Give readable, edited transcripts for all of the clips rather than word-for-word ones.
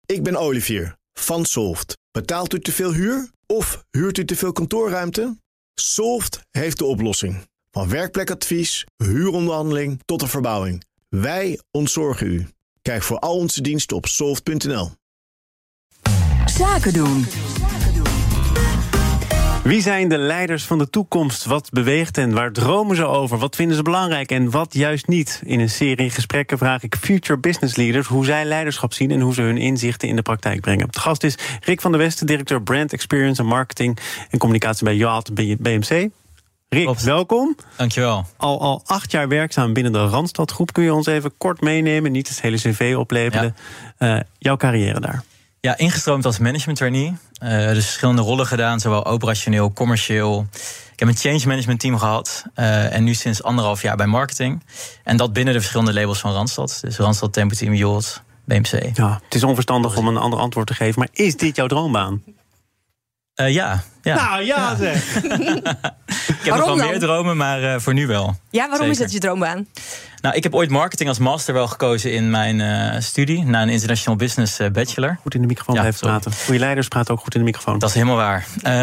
Ik ben Olivier van Solft. Betaalt u te veel huur of huurt u te veel kantoorruimte? Solft heeft de oplossing. Van werkplekadvies, huuronderhandeling tot de verbouwing. Wij ontzorgen u. Kijk voor al onze diensten op soft.nl. Zaken doen. Wie zijn de leiders van de toekomst? Wat beweegt hen? Waar dromen ze over? Wat vinden ze belangrijk en wat juist niet? In een serie gesprekken vraag ik future business leaders hoe zij leiderschap zien en hoe ze hun inzichten in de praktijk brengen. De gast is Rick van der Westen, directeur Brand Experience en Marketing en Communicatie bij Yacht BMC. Rick, welkom. Dankjewel. Al 8 jaar werkzaam binnen de Randstad Groep. Kun je ons even kort meenemen, niet het hele cv oplepelen, jouw carrière daar? Ja, ingestroomd als management trainee. Dus verschillende rollen gedaan, zowel operationeel, commercieel. Ik heb een change management team gehad. En nu sinds 1,5 jaar bij marketing. En dat binnen de verschillende labels van Randstad. Dus Randstad, Tempo Team, Yacht, BMC. Ja, het is onverstandig om een ander antwoord te geven. Maar is dit jouw droombaan? Ja. Nou ja, zeg. Ik heb nog wel meer dromen, maar voor nu wel. Ja, waarom is dat je droombaan? Nou, ik heb ooit marketing als master wel gekozen in mijn studie. Na een international business bachelor. Goed in de microfoon blijven praten. Goede leiders praten ook goed in de microfoon. Dat is helemaal waar.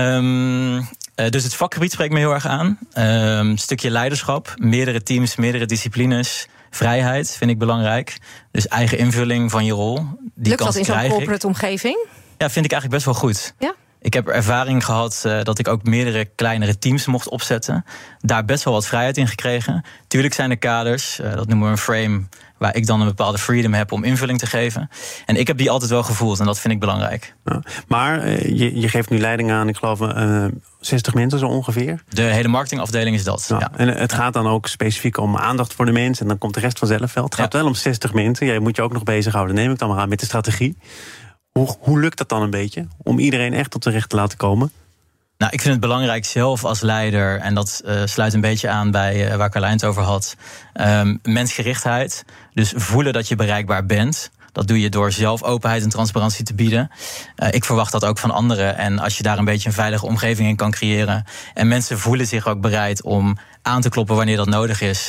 Dus het vakgebied spreekt me heel erg aan. Een stukje leiderschap, meerdere teams, meerdere disciplines. Vrijheid vind ik belangrijk. Dus eigen invulling van je rol. Lukt dat in zo'n corporate omgeving? Ja, vind ik eigenlijk best wel goed. Ja? Ik heb ervaring gehad dat ik ook meerdere kleinere teams mocht opzetten. Daar best wel wat vrijheid in gekregen. Tuurlijk zijn er kaders, dat noemen we een frame, waar ik dan een bepaalde freedom heb om invulling te geven. En ik heb die altijd wel gevoeld en dat vind ik belangrijk. Ja, maar je geeft nu leiding aan, ik geloof, 60 mensen zo ongeveer. De hele marketingafdeling is dat. Ja. En het gaat dan ook specifiek om aandacht voor de mensen en dan komt de rest vanzelf wel. Het gaat wel om 60 mensen. Jij moet je ook nog bezighouden, neem ik dan maar aan, met de strategie. Hoe lukt dat dan een beetje? Om iedereen echt tot de recht te laten komen? Nou, ik vind het belangrijk zelf als leider, en dat sluit een beetje aan bij waar Carlijn het over had, mensgerichtheid. Dus voelen dat je bereikbaar bent. Dat doe je door zelf openheid en transparantie te bieden. Ik verwacht dat ook van anderen. En als je daar een beetje een veilige omgeving in kan creëren, en mensen voelen zich ook bereid om aan te kloppen wanneer dat nodig is,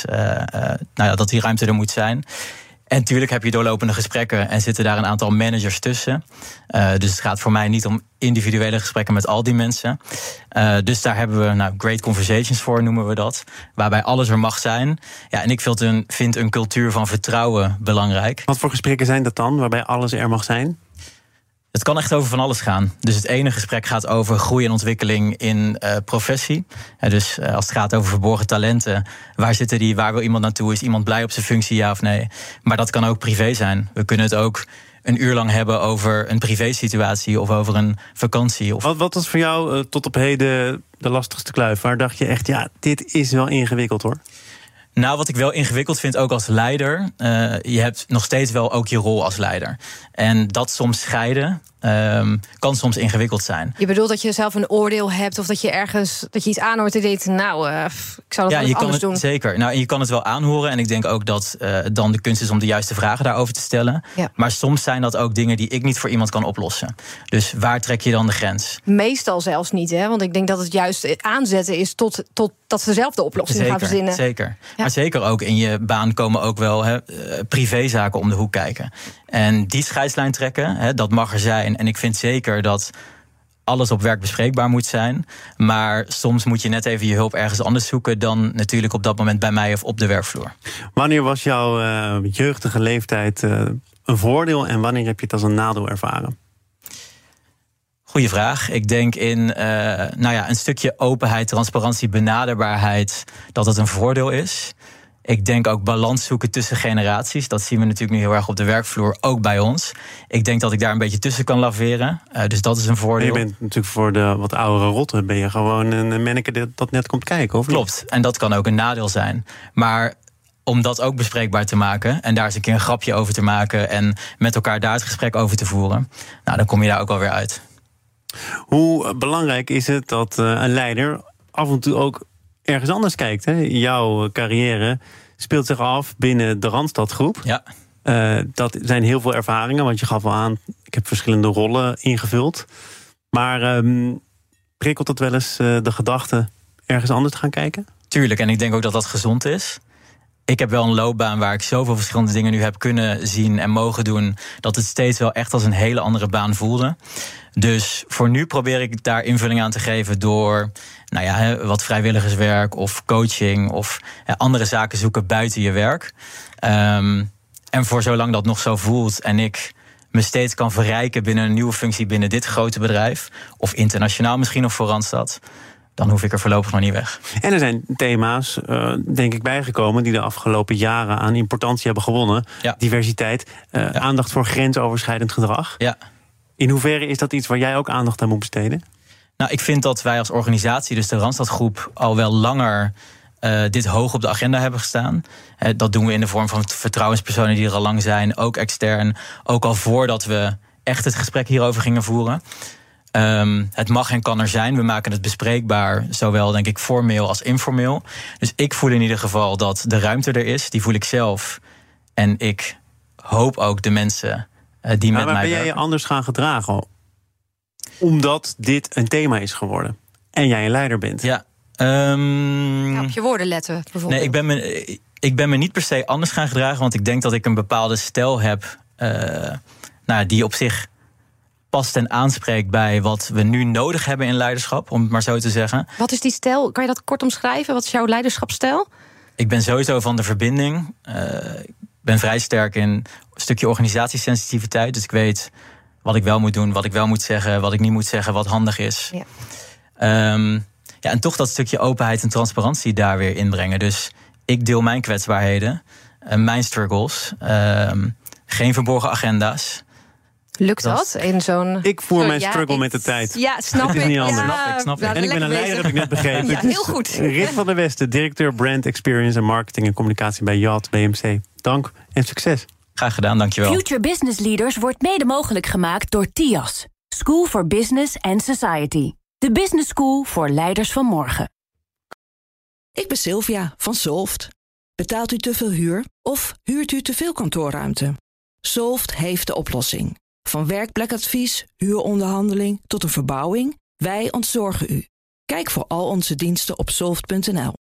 dat die ruimte er moet zijn. En natuurlijk heb je doorlopende gesprekken en zitten daar een aantal managers tussen. Dus het gaat voor mij niet om individuele gesprekken met al die mensen. Dus daar hebben we great conversations voor, noemen we dat. Waarbij alles er mag zijn. Ja, en ik vind een cultuur van vertrouwen belangrijk. Wat voor gesprekken zijn dat dan, waarbij alles er mag zijn? Het kan echt over van alles gaan. Dus het ene gesprek gaat over groei en ontwikkeling in professie. Dus als het gaat over verborgen talenten, waar zitten die, waar wil iemand naartoe? Is iemand blij op zijn functie, ja of nee? Maar dat kan ook privé zijn. We kunnen het ook een uur lang hebben over een privésituatie of over een vakantie. Wat was voor jou tot op heden de lastigste kluif? Waar dacht je echt, ja, dit is wel ingewikkeld hoor? Nou, wat ik wel ingewikkeld vind, ook als leider, je hebt nog steeds wel ook je rol als leider. En dat soms scheiden kan soms ingewikkeld zijn. Je bedoelt dat je zelf een oordeel hebt of dat je ergens dat je iets aanhoort en denkt, ik zou dat wel anders doen. Zeker. Nou, en je kan het wel aanhoren. En ik denk ook dat dan de kunst is om de juiste vragen daarover te stellen. Ja. Maar soms zijn dat ook dingen die ik niet voor iemand kan oplossen. Dus waar trek je dan de grens? Meestal zelfs niet, hè? Want ik denk dat het juist aanzetten is tot dat ze zelf de oplossing gaan verzinnen. Zeker. Ja. Maar zeker ook in je baan komen ook wel privézaken om de hoek kijken. En die scheidslijn trekken, dat mag er zijn. En ik vind zeker dat alles op werk bespreekbaar moet zijn. Maar soms moet je net even je hulp ergens anders zoeken dan natuurlijk op dat moment bij mij of op de werkvloer. Wanneer was jouw jeugdige leeftijd een voordeel en wanneer heb je het als een nadeel ervaren? Goeie vraag. Ik denk in een stukje openheid, transparantie, benaderbaarheid, dat het een voordeel is. Ik denk ook balans zoeken tussen generaties. Dat zien we natuurlijk nu heel erg op de werkvloer, ook bij ons. Ik denk dat ik daar een beetje tussen kan laveren. Dus dat is een voordeel. Je bent natuurlijk voor de wat oudere rotten, ben je gewoon een manneke dat net komt kijken, of niet? Klopt, en dat kan ook een nadeel zijn. Maar om dat ook bespreekbaar te maken en daar eens een keer een grapje over te maken en met elkaar daar het gesprek over te voeren, dan kom je daar ook alweer uit. Hoe belangrijk is het dat een leider af en toe ook ergens anders kijkt? Hè? Jouw carrière speelt zich af binnen de Randstad Groep. Ja. Dat zijn heel veel ervaringen, want je gaf al aan, ik heb verschillende rollen ingevuld. Maar prikkelt het wel eens de gedachte ergens anders te gaan kijken? Tuurlijk, en ik denk ook dat dat gezond is. ik heb wel een loopbaan waar ik zoveel verschillende dingen nu heb kunnen zien en mogen doen, dat het steeds wel echt als een hele andere baan voelde. Dus voor nu probeer ik daar invulling aan te geven door wat vrijwilligerswerk of coaching of andere zaken zoeken buiten je werk. En voor zolang dat nog zo voelt en ik me steeds kan verrijken binnen een nieuwe functie binnen dit grote bedrijf, of internationaal misschien of voor Randstad, dan hoef ik er voorlopig nog niet weg. En er zijn thema's, denk ik, bijgekomen die de afgelopen jaren aan importantie hebben gewonnen. Ja. Diversiteit, aandacht voor grensoverschrijdend gedrag. Ja. In hoeverre is dat iets waar jij ook aandacht aan moet besteden? Nou, ik vind dat wij als organisatie, dus de Randstadgroep, al wel langer dit hoog op de agenda hebben gestaan. Dat doen we in de vorm van vertrouwenspersonen die er al lang zijn, ook extern. Ook al voordat we echt het gesprek hierover gingen voeren. Het mag en kan er zijn. We maken het bespreekbaar, zowel denk ik formeel als informeel. Dus ik voel in ieder geval dat de ruimte er is. Die voel ik zelf. En ik hoop ook de mensen die met mij ben jij je anders gaan gedragen? Omdat dit een thema is geworden. En jij een leider bent. Ja. Op je woorden letten, bijvoorbeeld. Nee, ik ben me niet per se anders gaan gedragen. Want ik denk dat ik een bepaalde stijl heb die op zich past en aanspreekt bij wat we nu nodig hebben in leiderschap, om het maar zo te zeggen. Wat is die stijl? Kan je dat kort omschrijven? Wat is jouw leiderschapsstijl? Ik ben sowieso van de verbinding. Ik ben vrij sterk in een stukje organisatiesensitiviteit. Dus ik weet wat ik wel moet doen, wat ik wel moet zeggen, wat ik niet moet zeggen, wat handig is. Ja. En toch dat stukje openheid en transparantie daar weer inbrengen. Dus ik deel mijn kwetsbaarheden, mijn struggles, geen verborgen agenda's. Lukt dat in zo'n... Ik voer mijn struggle met de tijd. Ja, snap ik. Het is niet anders. Snap ik. En ik ben een leider, heb ik net begrepen. Ja, heel goed. Rick van der Westen, directeur Brand Experience en Marketing en Communicatie bij Yacht BMC. Dank en succes. Graag gedaan, dankjewel. Future Business Leaders wordt mede mogelijk gemaakt door TIAS. School for Business and Society. De business school voor leiders van morgen. Ik ben Sylvia van Solft. Betaalt u te veel huur of huurt u te veel kantoorruimte? Solft heeft de oplossing. Van werkplekadvies, huuronderhandeling tot een verbouwing, wij ontzorgen u. Kijk voor al onze diensten op solft.nl.